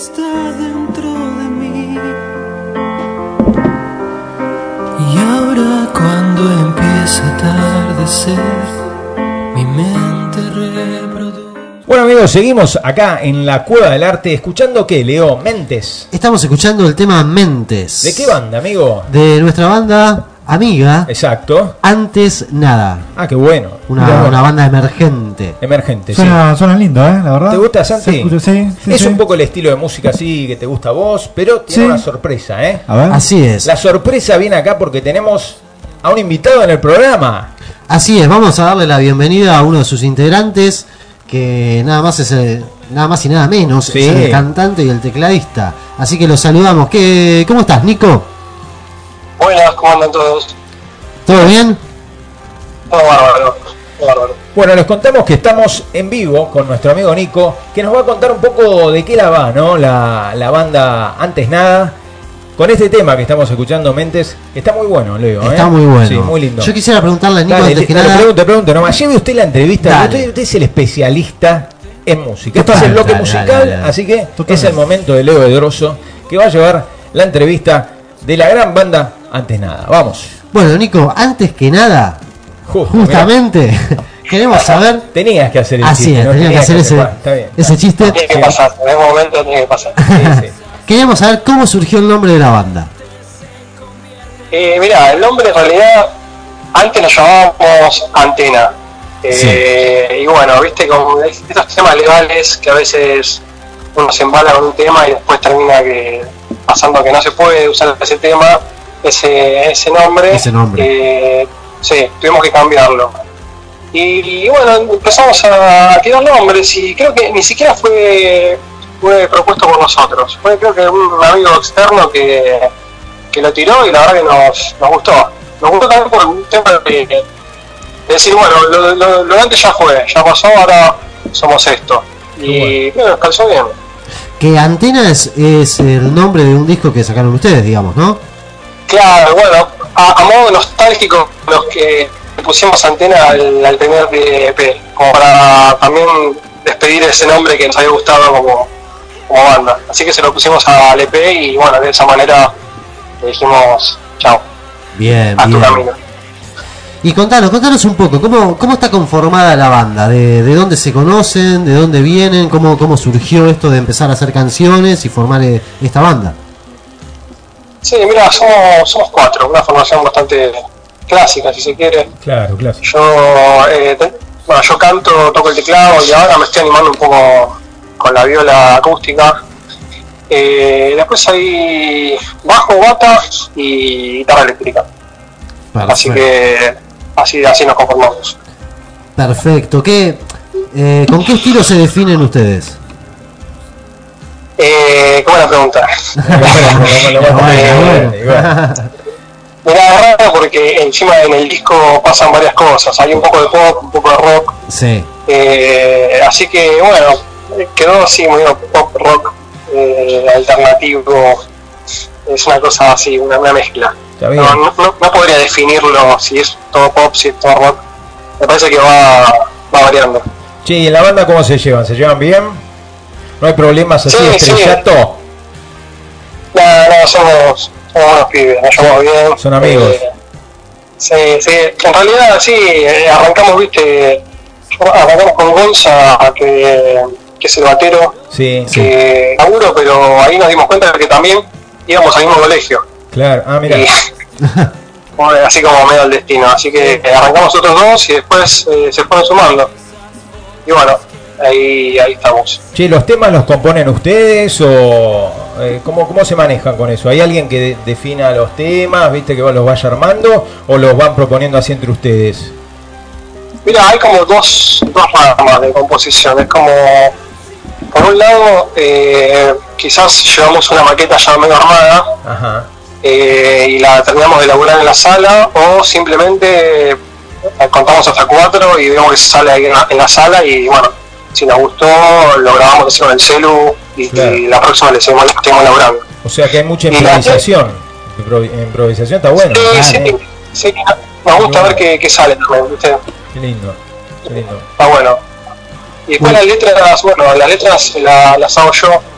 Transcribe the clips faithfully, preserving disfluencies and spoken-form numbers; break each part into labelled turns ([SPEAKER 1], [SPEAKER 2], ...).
[SPEAKER 1] está dentro de mí. Y ahora cuando empieza a atardecer, mi mente reproduce.
[SPEAKER 2] Bueno amigos, seguimos acá en la Cueva del Arte. ¿Escuchando qué, Leo? Mentes.
[SPEAKER 3] Estamos escuchando el tema Mentes.
[SPEAKER 2] ¿De qué banda, amigo?
[SPEAKER 3] De nuestra banda amiga.
[SPEAKER 2] Exacto.
[SPEAKER 3] Antes Nada.
[SPEAKER 2] Ah, qué bueno.
[SPEAKER 3] Una,
[SPEAKER 2] bueno.
[SPEAKER 3] una banda emergente.
[SPEAKER 2] Emergente,
[SPEAKER 4] suena,
[SPEAKER 2] sí.
[SPEAKER 4] Suena lindo, ¿eh? La verdad.
[SPEAKER 2] ¿Te gusta, Santi?
[SPEAKER 4] Se escucha, sí, sí,
[SPEAKER 2] es
[SPEAKER 4] sí.
[SPEAKER 2] un poco el estilo de música así que te gusta a vos, pero tiene
[SPEAKER 4] Sí.
[SPEAKER 2] una sorpresa, ¿eh?
[SPEAKER 4] A ver.
[SPEAKER 3] Así es.
[SPEAKER 2] La sorpresa viene acá porque tenemos a un invitado en el programa.
[SPEAKER 3] Así es, vamos a darle la bienvenida a uno de sus integrantes, que nada más es el, nada más y nada menos
[SPEAKER 2] Sí.
[SPEAKER 3] es el cantante y el tecladista. Así que los saludamos. ¿Qué, ¿Cómo estás, Nico?
[SPEAKER 5] Buenas, ¿cómo andan todos?
[SPEAKER 3] ¿Todo bien?
[SPEAKER 5] Todo bárbaro, todo bárbaro.
[SPEAKER 2] Bueno, les contamos que estamos en vivo con nuestro amigo Nico, que nos va a contar un poco de qué la va, ¿no? La, la banda Antes Nada, con este tema que estamos escuchando, Mentes, que está muy bueno, Leo.
[SPEAKER 3] Está
[SPEAKER 2] ¿eh?
[SPEAKER 3] muy bueno.
[SPEAKER 2] Sí, muy lindo.
[SPEAKER 3] Yo quisiera preguntarle a Nico
[SPEAKER 2] Dale,
[SPEAKER 3] antes que
[SPEAKER 2] dale,
[SPEAKER 3] nada.
[SPEAKER 2] pregunte, pregunte nomás. Lleve usted la entrevista.
[SPEAKER 3] Dale.
[SPEAKER 2] Usted, usted es el especialista en música. Este
[SPEAKER 3] Total,
[SPEAKER 2] es el bloque
[SPEAKER 3] dale,
[SPEAKER 2] musical,
[SPEAKER 3] dale, dale.
[SPEAKER 2] así que
[SPEAKER 4] Totalmente.
[SPEAKER 2] es el momento de Leo Edroso, que va a llevar la entrevista de la gran banda Antes Nada. Vamos.
[SPEAKER 3] Bueno, Nico, antes que nada,
[SPEAKER 2] Justo,
[SPEAKER 3] justamente, queremos saber.
[SPEAKER 2] mirá, tenías que hacer el
[SPEAKER 3] Así
[SPEAKER 2] chiste.
[SPEAKER 3] es,
[SPEAKER 2] ¿no?
[SPEAKER 3] tenía que
[SPEAKER 2] Tenías
[SPEAKER 3] hacer ese,
[SPEAKER 2] bueno, está bien.
[SPEAKER 3] ese chiste.
[SPEAKER 5] Tiene que pasar, en algún momento tiene que pasar.
[SPEAKER 2] Sí, sí.
[SPEAKER 3] Queríamos saber cómo surgió el nombre de la banda.
[SPEAKER 5] Eh, mirá, el nombre en realidad, antes nos llamábamos Antena. Eh, Y bueno, viste, con estos temas legales que a veces uno se embala con un tema y después termina que pasando que no se puede usar ese tema, ese, ese nombre.
[SPEAKER 3] Ese nombre.
[SPEAKER 5] Eh, sí, tuvimos que cambiarlo. Y, y bueno, empezamos a tirar nombres y creo que ni siquiera fue, fue propuesto por nosotros. Fue creo que un amigo externo que, que lo tiró y la verdad que nos, nos gustó. Nos gustó también por un tema de, de decir, bueno, lo, lo, lo de antes ya fue, ya pasó, ahora somos esto. Y creo que nos calzó bien.
[SPEAKER 3] Que Antena es, es el nombre de un disco que sacaron ustedes, digamos, ¿no?
[SPEAKER 5] Claro, bueno, a, a modo nostálgico, los que pusimos Antena al, al primer E P, como para también despedir ese nombre que nos había gustado como, como banda. Así que se lo pusimos al E P y bueno, de esa manera le dijimos chao,
[SPEAKER 3] Bien,
[SPEAKER 5] a tu
[SPEAKER 3] bien.
[SPEAKER 5] camino.
[SPEAKER 3] Y contanos, contanos un poco, ¿cómo, cómo está conformada la banda? ¿De, de dónde se conocen? ¿De dónde vienen? ¿Cómo, ¿Cómo surgió esto de empezar a hacer canciones y formar eh, esta banda?
[SPEAKER 5] Sí, mira, somos, somos cuatro, una formación bastante clásica si se quiere.
[SPEAKER 2] Claro, claro.
[SPEAKER 5] Yo, eh, te- bueno, yo canto, toco el teclado y ahora me estoy animando un poco con la viola acústica. Eh, después hay bajo, bata y guitarra eléctrica. Así que así, así nos conformamos.
[SPEAKER 3] Perfecto. ¿Qué, eh, ¿Con qué estilo se definen ustedes?
[SPEAKER 5] Eh, qué buena pregunta.
[SPEAKER 2] Lo más-
[SPEAKER 3] Bueno,
[SPEAKER 2] eh, bueno.
[SPEAKER 5] Mirá, es raro porque encima en el disco pasan varias cosas. Hay un poco de pop, un poco de rock.
[SPEAKER 3] Sí.
[SPEAKER 5] Eh, así que bueno, quedó así muy pop rock eh, alternativo. Es una cosa así, una, una mezcla.
[SPEAKER 2] Está bien.
[SPEAKER 5] No, no, no, no podría definirlo si es todo pop, si es todo rock. Me parece que va, va variando.
[SPEAKER 2] Che, ¿y en la banda cómo se llevan? ¿Se llevan bien? ¿No hay problemas así
[SPEAKER 5] Sí,
[SPEAKER 2] de
[SPEAKER 5] sí.
[SPEAKER 2] estrellato?
[SPEAKER 5] No, no, somos, somos buenos pibes, nos llevamos bien.
[SPEAKER 2] Son amigos.
[SPEAKER 5] Eh, sí, sí, en realidad sí, eh, arrancamos, viste, arrancamos con Gonza, que, que es el batero,
[SPEAKER 2] Sí, sí.
[SPEAKER 5] que laburo, pero ahí nos dimos cuenta de que también íbamos al mismo colegio.
[SPEAKER 2] Claro. Ah, mira.
[SPEAKER 5] Y, bueno, así como medio al destino, así que arrancamos nosotros dos y después eh, se fueron sumando. Y bueno, ahí, ahí estamos.
[SPEAKER 2] Che, ¿los temas los componen ustedes o eh, ¿cómo, cómo se manejan con eso? ¿Hay alguien que de- defina los temas, viste, que los vaya armando o los van proponiendo así entre ustedes?
[SPEAKER 5] Mira, hay como dos, dos ramas de composición. Es como, por un lado, eh, quizás llevamos una maqueta ya medio armada
[SPEAKER 2] Ajá.
[SPEAKER 5] eh, y la terminamos de elaborar en la sala, o simplemente eh, contamos hasta cuatro y vemos que se sale ahí en la, en la sala y bueno, si nos gustó lo grabamos así con el celu y,
[SPEAKER 2] Claro.
[SPEAKER 5] y la próxima le seguimos, seguimos elaborando.
[SPEAKER 2] O sea que hay mucha
[SPEAKER 5] Y la-
[SPEAKER 2] improvisación. Impro- improvisación está bueno.
[SPEAKER 5] Sí, sí,
[SPEAKER 3] claro.
[SPEAKER 5] sí, nos gusta ver qué, qué sale también, ¿viste?
[SPEAKER 2] Qué lindo. Qué lindo.
[SPEAKER 5] Está bueno. Y después las letras, bueno, las letras la- las hago yo.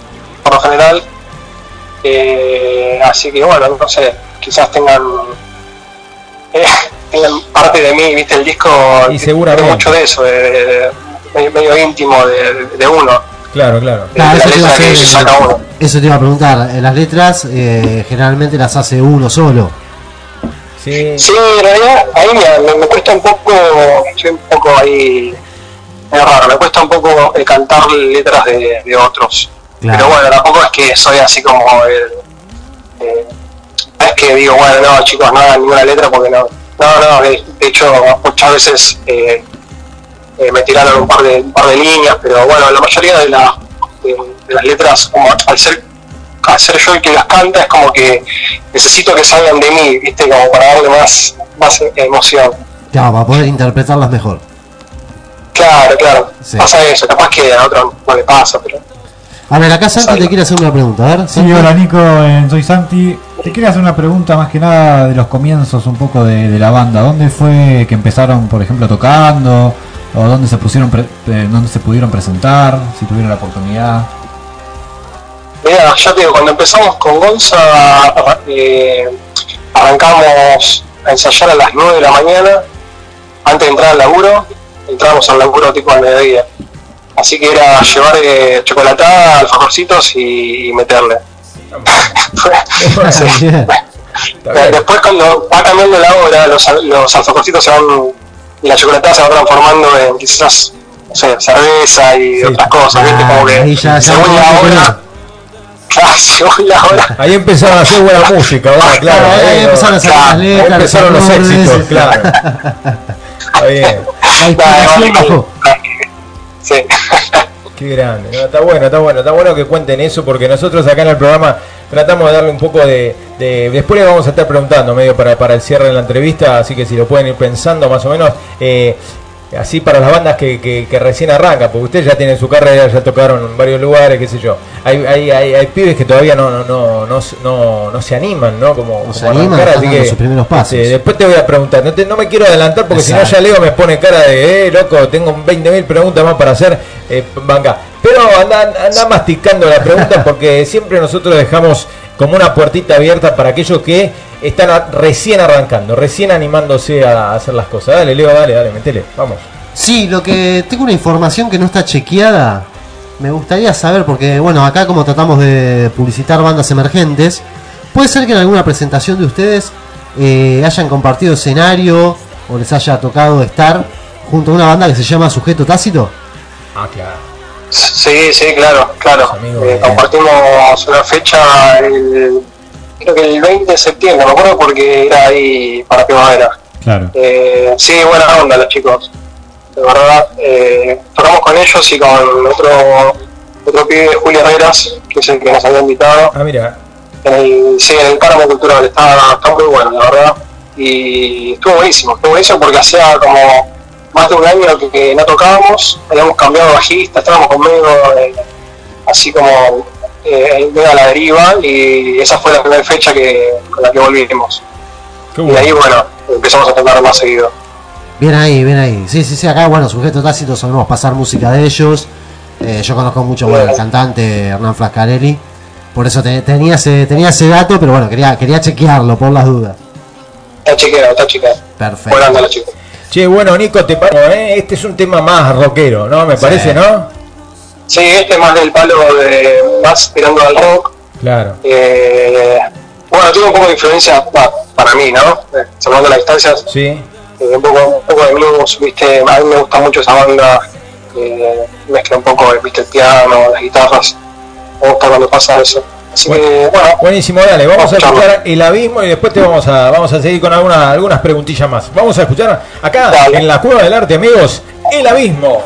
[SPEAKER 5] por lo general. Eh, así que bueno, no sé, quizás tengan, eh, tengan parte de mí, viste, el disco
[SPEAKER 2] y seguramente
[SPEAKER 5] tiene mucho de eso, de, de, de, medio, medio íntimo de, de uno.
[SPEAKER 2] Claro, claro.
[SPEAKER 5] De, de la letra que se saca uno.
[SPEAKER 3] Eso te iba a preguntar, las letras eh, generalmente las hace uno solo.
[SPEAKER 2] Sí,
[SPEAKER 5] sí, en realidad ahí me, me, me cuesta un poco, soy un poco ahí, es raro, me cuesta un poco eh, cantar letras de, de otros. Claro. Pero bueno, tampoco es que soy así como el, eh, es que digo, bueno, no chicos, no hagan ninguna letra porque no, no, no, de, de hecho muchas veces eh, eh, me tiraron un par de un par de líneas, pero bueno, la mayoría de, la, de, de las letras, como al ser al ser yo el que las canta, es como que necesito que salgan de mí, viste, como para darle más, más emoción.
[SPEAKER 3] Claro, para poder interpretarlas mejor.
[SPEAKER 5] Claro, claro, sí. Pasa eso, capaz que a otro no le pasa, pero...
[SPEAKER 3] A ver, acá Santi te quiere hacer una pregunta, a ver.
[SPEAKER 4] Sí, hola Nico, eh, soy Santi. Te quiero hacer una pregunta más que nada de los comienzos un poco de, de la banda. ¿Dónde fue que empezaron, por ejemplo, tocando? ¿O dónde se pusieron, pre eh, dónde se pudieron presentar? Si tuvieron la oportunidad.
[SPEAKER 5] Mira, ya te digo, cuando empezamos con Gonza, eh, arrancamos a ensayar a las nueve de la mañana, antes de entrar al laburo, entrábamos al laburo tipo al mediodía. Así que era llevar eh, chocolatada, alfajorcitos y, y meterle. Sí. Después cuando va cambiando la hora, los, los alfajorcitos se van y la chocolatada se va transformando en quizás, no sé, cerveza y sí. otras cosas, ¿viste? Como que
[SPEAKER 3] ya,
[SPEAKER 5] según
[SPEAKER 3] ya,
[SPEAKER 5] la hora... Claro, según la hora...
[SPEAKER 2] Ahí empezaron a hacer buena música, ¿verdad? Claro, ahí, ahí empezaron a hacer claro, las letras, ahí empezaron los, los éxitos, claro. Está bien.
[SPEAKER 3] La inspiración bajó.
[SPEAKER 5] Sí.
[SPEAKER 2] Qué grande, ¿no? Está bueno, está bueno, está bueno que cuenten eso porque nosotros acá en el programa tratamos de darle un poco de, de después le vamos a estar preguntando medio para, para el cierre de la entrevista, así que si lo pueden ir pensando más o menos, eh, así para las bandas que, que, que recién arrancan, porque ustedes ya tienen su carrera, ya tocaron en varios lugares, qué sé yo, hay, hay, hay, hay pibes que todavía no, no, no, no, no, no se animan, ¿no? Como,
[SPEAKER 3] no se
[SPEAKER 2] como
[SPEAKER 3] animan,
[SPEAKER 2] arrancar, así que
[SPEAKER 3] sus primeros pasos.
[SPEAKER 2] Eh, después te voy a preguntar, no, te, no me quiero adelantar porque exacto. Si no ya Leo me pone cara de, eh, loco, tengo veinte mil preguntas más para hacer, eh, banca. Pero anda, anda masticando la pregunta porque siempre nosotros dejamos como una puertita abierta para aquellos que están a, recién arrancando, recién animándose a hacer las cosas. Dale, Leo, dale, dale, metele, vamos.
[SPEAKER 3] Sí, lo que tengo una información que no está chequeada, me gustaría saber, porque bueno, acá como tratamos de publicitar bandas emergentes, puede ser que en alguna presentación de ustedes eh, hayan compartido escenario o les haya tocado estar junto a una banda que se llama Sujeto Tácito.
[SPEAKER 2] Ah, claro.
[SPEAKER 5] Sí, sí, claro, claro. Amigos, eh, compartimos una fecha, el, creo que el veinte de septiembre, me acuerdo porque era ahí para primavera.
[SPEAKER 4] Claro.
[SPEAKER 5] Eh, sí, buena onda los chicos. De verdad, eh, tocamos con ellos y con otro otro pibe, Julio Herreras, que es el que nos había invitado.
[SPEAKER 2] Ah, mira.
[SPEAKER 5] En el, sí, en el Páramo Cultural, está, está muy bueno, la verdad. Y estuvo buenísimo, estuvo buenísimo porque hacía como más de un año que, que no tocábamos, habíamos cambiado de bajista, estábamos conmigo eh, así como eh, medio a la deriva y esa fue la primera fecha que, con la que volvimos. Qué bueno. Y ahí, bueno, empezamos a tocar más seguido.
[SPEAKER 3] Bien ahí, bien ahí. Sí, sí, sí, acá, bueno, Sujeto Tácito solemos pasar música de ellos. Eh, yo conozco mucho, bueno, el cantante Hernán Frascarelli. Por eso te, tenía, ese, tenía ese dato, pero bueno, quería, quería chequearlo por las dudas.
[SPEAKER 5] Está chequeado, está chequeado.
[SPEAKER 3] Perfecto.
[SPEAKER 5] Buena onda, chicos.
[SPEAKER 2] Che, bueno, Nico, te paro, ¿eh? Este es un tema más rockero, ¿no? Me sí. parece, ¿no?
[SPEAKER 5] Sí, este es más del palo de más tirando al rock.
[SPEAKER 2] Claro.
[SPEAKER 5] Eh, bueno, tiene un poco de influencia bah, para mí, ¿no? Eh, salvando las distancias.
[SPEAKER 2] Sí.
[SPEAKER 5] Eh, un, poco, un poco de blues, ¿viste? A mí me gusta mucho esa banda. Eh, mezcla un poco, ¿viste? El piano, las guitarras. Me gusta cuando pasa eso. Así bueno, que, bueno.
[SPEAKER 2] Buenísimo, dale, vamos a escuchar El Abismo y después te vamos a vamos a seguir con alguna, algunas preguntillas más. Vamos a escuchar acá, dale. En la Cueva del Arte, amigos, El Abismo.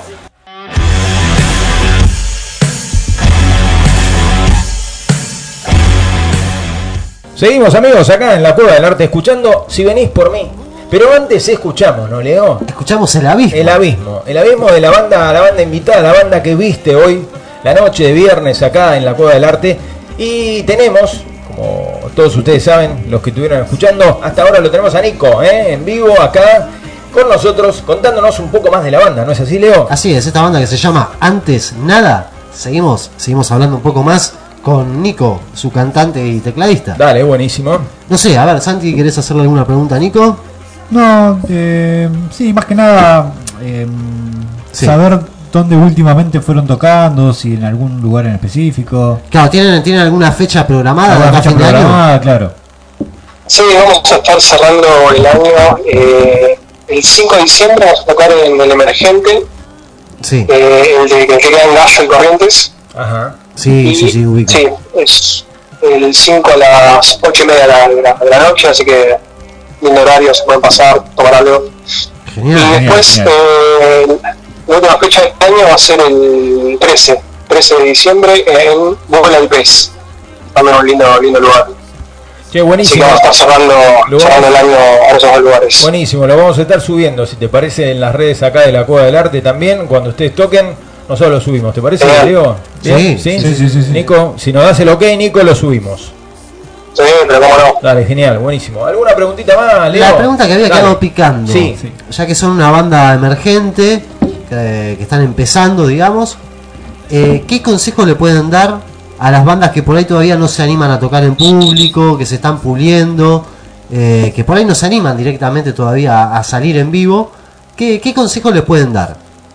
[SPEAKER 2] Seguimos, amigos, acá en la Cueva del Arte, escuchando Si Venís Por Mí. Pero antes escuchamos, ¿no, Leo?
[SPEAKER 3] Escuchamos El Abismo.
[SPEAKER 2] El Abismo, El Abismo de la banda, la banda invitada, la banda que viste hoy, la noche de viernes acá en la Cueva del Arte. Y tenemos, como todos ustedes saben, los que estuvieron escuchando, hasta ahora lo tenemos a Nico, ¿eh? En vivo acá con nosotros, contándonos un poco más de la banda, ¿no es así, Leo?
[SPEAKER 3] Así es, esta banda que se llama Antes Nada. Seguimos, seguimos hablando un poco más con Nico, su cantante y tecladista.
[SPEAKER 2] Dale, buenísimo.
[SPEAKER 3] No sé, a ver, Santi, ¿querés hacerle alguna pregunta a Nico?
[SPEAKER 4] No, eh, sí, más que nada eh,
[SPEAKER 3] Sí.
[SPEAKER 4] saber dónde últimamente fueron tocando, si en algún lugar en específico.
[SPEAKER 3] Claro, ¿tienen, ¿tienen alguna fecha programada de
[SPEAKER 4] ¿Alguna
[SPEAKER 3] acá a
[SPEAKER 4] fecha
[SPEAKER 3] fin de año?
[SPEAKER 4] programada? Claro.
[SPEAKER 5] Sí, vamos a estar cerrando el año. Eh, el cinco de diciembre vamos a tocar en el Emergente,
[SPEAKER 3] Sí,
[SPEAKER 5] eh, el de que queda en Gallo y Corrientes.
[SPEAKER 2] Ajá.
[SPEAKER 3] sí,
[SPEAKER 5] Y,
[SPEAKER 3] sí, sí, ubico.
[SPEAKER 5] sí, es el cinco a las ocho y media de la, de la, de la noche, así que lindo horario, se pueden pasar, tomar algo.
[SPEAKER 3] Genial.
[SPEAKER 5] Y después,
[SPEAKER 4] genial.
[SPEAKER 5] eh, la última fecha de este año va a ser el trece de diciembre en Bola del Pez. También un lindo, lindo lugar.
[SPEAKER 2] Che,
[SPEAKER 5] Así que
[SPEAKER 2] buenísimo.
[SPEAKER 5] vamos a estar cerrando,
[SPEAKER 2] Lugar.
[SPEAKER 5] cerrando el año a esos dos lugares.
[SPEAKER 2] Buenísimo, lo vamos a estar subiendo, si te parece, en las redes acá de la Cueva del Arte también. Cuando ustedes toquen, nosotros lo subimos. ¿Te parece,
[SPEAKER 5] Bien.
[SPEAKER 2] Diego? ¿Bien?
[SPEAKER 3] Sí,
[SPEAKER 4] sí, sí, sí, sí.
[SPEAKER 2] Nico, si nos das el ok, Nico, lo subimos.
[SPEAKER 5] Sí, pero cómo no.
[SPEAKER 2] Dale, genial, buenísimo. ¿Alguna preguntita más, Leo?
[SPEAKER 3] La pregunta que había
[SPEAKER 2] Dale.
[SPEAKER 3] quedado picando,
[SPEAKER 2] Sí.
[SPEAKER 4] Sí.
[SPEAKER 3] ya que son una banda emergente, que, que están empezando, digamos, eh, ¿qué consejos le pueden dar a las bandas que por ahí todavía no se animan a tocar en público, que se están puliendo, eh, que por ahí no se animan directamente todavía a, a salir en vivo? ¿Qué, qué consejos les pueden dar?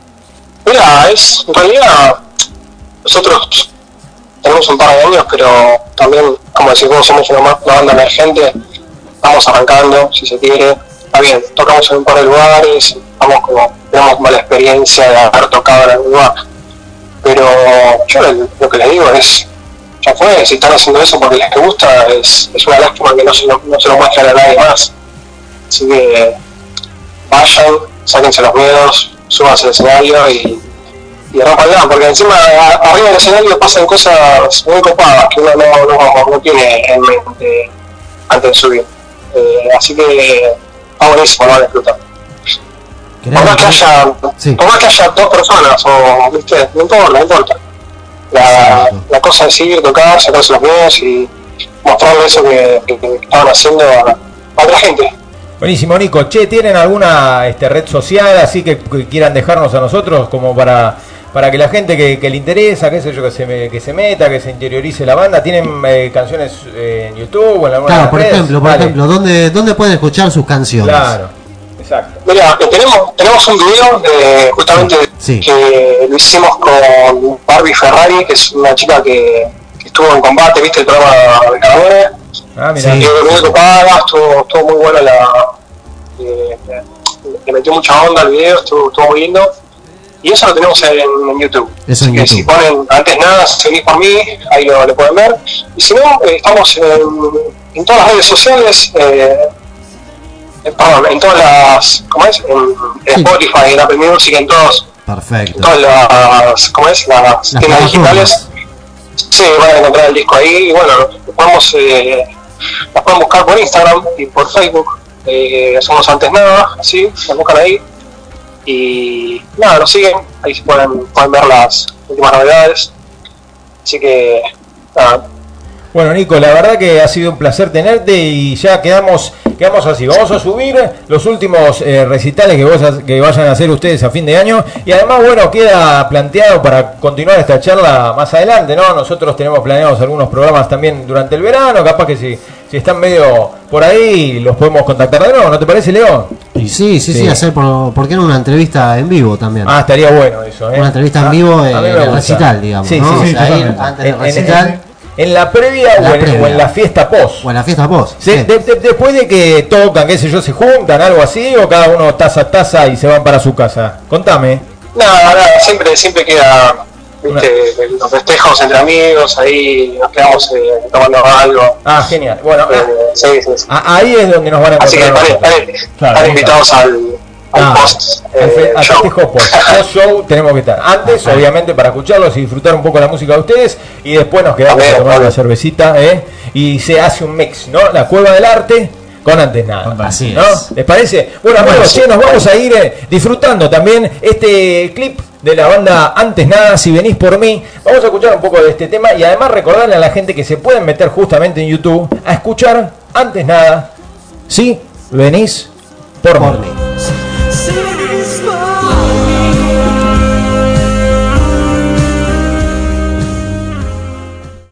[SPEAKER 5] Mira, es, en realidad, nosotros tenemos un par de años, pero también, como decís vos, somos una, una banda emergente, estamos arrancando, si se quiere, está bien, tocamos en un par de lugares, estamos como, tenemos mala experiencia de haber tocado en algún lugar, pero yo lo, lo que les digo es, ya fue, si están haciendo eso porque les gusta, es, es una lástima que no se, lo, no se lo muestren a nadie más, así que vayan, sáquense los miedos, súbanse al escenario y y rompanla, porque encima a- arriba del escenario pasan cosas muy copadas que uno no, no, no tiene en mente antes de subir. Eh, así que está buenísimo, lo van a disfrutar. Por más que haya,
[SPEAKER 3] Sí.
[SPEAKER 5] por más que haya dos personas, o viste, no importa, no importa. La,
[SPEAKER 3] Exacto.
[SPEAKER 5] la cosa es ir, tocar, sacarse los miedos y mostrarle eso que, que, que estaban haciendo a, a otra gente.
[SPEAKER 2] Buenísimo, Nico. Che, ¿tienen alguna este, red social así que, que quieran dejarnos a nosotros como para, para que la gente que, que le interesa, qué sé yo, que se, me- que se meta, que se interiorice la banda? ¿Tienen eh, canciones eh, en YouTube o en alguna
[SPEAKER 3] Claro,
[SPEAKER 2] de las
[SPEAKER 3] por
[SPEAKER 2] redes?
[SPEAKER 3] ejemplo, por
[SPEAKER 2] Dale.
[SPEAKER 3] ejemplo, ¿dónde, ¿dónde pueden escuchar sus canciones?
[SPEAKER 2] Claro, exacto.
[SPEAKER 5] Mira, eh, tenemos, tenemos un video de, justamente
[SPEAKER 3] Sí.
[SPEAKER 5] que lo hicimos con Barbie Ferrari, que es una chica que, que estuvo en combate, viste el programa de Carabene,
[SPEAKER 2] Ah, mira.
[SPEAKER 3] Sí.
[SPEAKER 5] que muy copada, estuvo, estuvo muy buena la. eh, le metió mucha onda al video, estuvo, estuvo muy lindo. Y eso lo tenemos en, en YouTube.
[SPEAKER 3] Eso en
[SPEAKER 5] Así que
[SPEAKER 3] YouTube.
[SPEAKER 5] si ponen antes nada, seguís por mí, ahí lo, lo pueden ver. Y si no, eh, estamos en, en todas las redes sociales. Eh, eh, perdón, en todas las, ¿cómo es? En, en
[SPEAKER 3] Sí.
[SPEAKER 5] Spotify, en Apple Music, en todos,
[SPEAKER 3] Perfecto.
[SPEAKER 5] en todas las, ¿cómo es? Las,
[SPEAKER 3] Las
[SPEAKER 5] tiendas
[SPEAKER 3] plataformas.
[SPEAKER 5] digitales. Sí, van a encontrar el disco ahí y bueno, vamos, eh, las pueden buscar por Instagram y por Facebook. Eh, somos antes nada, así, nos buscan ahí y nada, nos siguen, ahí se pueden, pueden ver las últimas novedades. Así que nada.
[SPEAKER 2] Bueno, Nico, la verdad que ha sido un placer tenerte y ya quedamos quedamos así. Vamos a subir los últimos eh, recitales que, vos, que vayan a hacer ustedes a fin de año y además, bueno, queda planteado para continuar esta charla más adelante, ¿no? Nosotros tenemos planeados algunos programas también durante el verano, capaz que si, si están medio por ahí los podemos contactar de nuevo, ¿no te parece, Leo?
[SPEAKER 3] Y sí, sí, sí,
[SPEAKER 2] Sí.
[SPEAKER 3] hacer por, ¿por qué no una entrevista en vivo también?
[SPEAKER 2] Ah, estaría bueno eso, ¿eh?
[SPEAKER 3] Una entrevista en
[SPEAKER 2] Ah,
[SPEAKER 3] vivo
[SPEAKER 2] a
[SPEAKER 3] en
[SPEAKER 2] mí me
[SPEAKER 3] el
[SPEAKER 2] gusta.
[SPEAKER 3] recital, digamos,
[SPEAKER 2] Sí,
[SPEAKER 3] ¿no?
[SPEAKER 2] sí,
[SPEAKER 3] O
[SPEAKER 2] sí,
[SPEAKER 3] sea, ir
[SPEAKER 4] totalmente.
[SPEAKER 3] antes del
[SPEAKER 2] En, en-
[SPEAKER 3] recital
[SPEAKER 2] en la previa,
[SPEAKER 3] La
[SPEAKER 2] o, en,
[SPEAKER 3] previa.
[SPEAKER 2] o en la fiesta post.
[SPEAKER 3] o en la fiesta post.
[SPEAKER 2] Sí,
[SPEAKER 3] Sí.
[SPEAKER 2] de- de- después de que tocan, qué sé yo, se juntan, algo así, o cada uno taza a taza y se van para su casa. Contame.
[SPEAKER 5] Nada, nada, siempre, siempre queda, viste, los festejos entre amigos, ahí nos quedamos eh, tomando algo.
[SPEAKER 2] Ah, genial. Bueno,
[SPEAKER 5] Eh,
[SPEAKER 2] ah,
[SPEAKER 5] sí, sí, sí.
[SPEAKER 2] ah, ahí es donde nos van a
[SPEAKER 5] Así que
[SPEAKER 2] encontrar.
[SPEAKER 5] están,
[SPEAKER 2] nosotros.
[SPEAKER 5] están-
[SPEAKER 4] Claro,
[SPEAKER 5] están
[SPEAKER 4] ahí
[SPEAKER 5] invitados al, al
[SPEAKER 2] Ah,
[SPEAKER 5] post
[SPEAKER 2] al fe-
[SPEAKER 5] eh,
[SPEAKER 2] al
[SPEAKER 5] show.
[SPEAKER 2] festejo post. Post show tenemos que estar. Antes, obviamente, para escucharlos y disfrutar un poco la música de ustedes. Y después nos quedamos
[SPEAKER 5] Amén,
[SPEAKER 2] a tomar
[SPEAKER 5] amén.
[SPEAKER 2] una cervecita, ¿eh? Y se hace un mix, ¿no? La Cueva del Arte con antes nada.
[SPEAKER 3] Así
[SPEAKER 2] ¿No?
[SPEAKER 3] es.
[SPEAKER 2] ¿Les parece? Bueno, amigos, che, nos vamos a ir eh, disfrutando también este clip de la banda Antes Nada, Si Venís Por Mí. Vamos a escuchar un poco de este tema y además recordarle a la gente que se pueden meter justamente en YouTube a escuchar Antes Nada, Si Venís Por,
[SPEAKER 3] Por
[SPEAKER 2] Mí.
[SPEAKER 3] mí.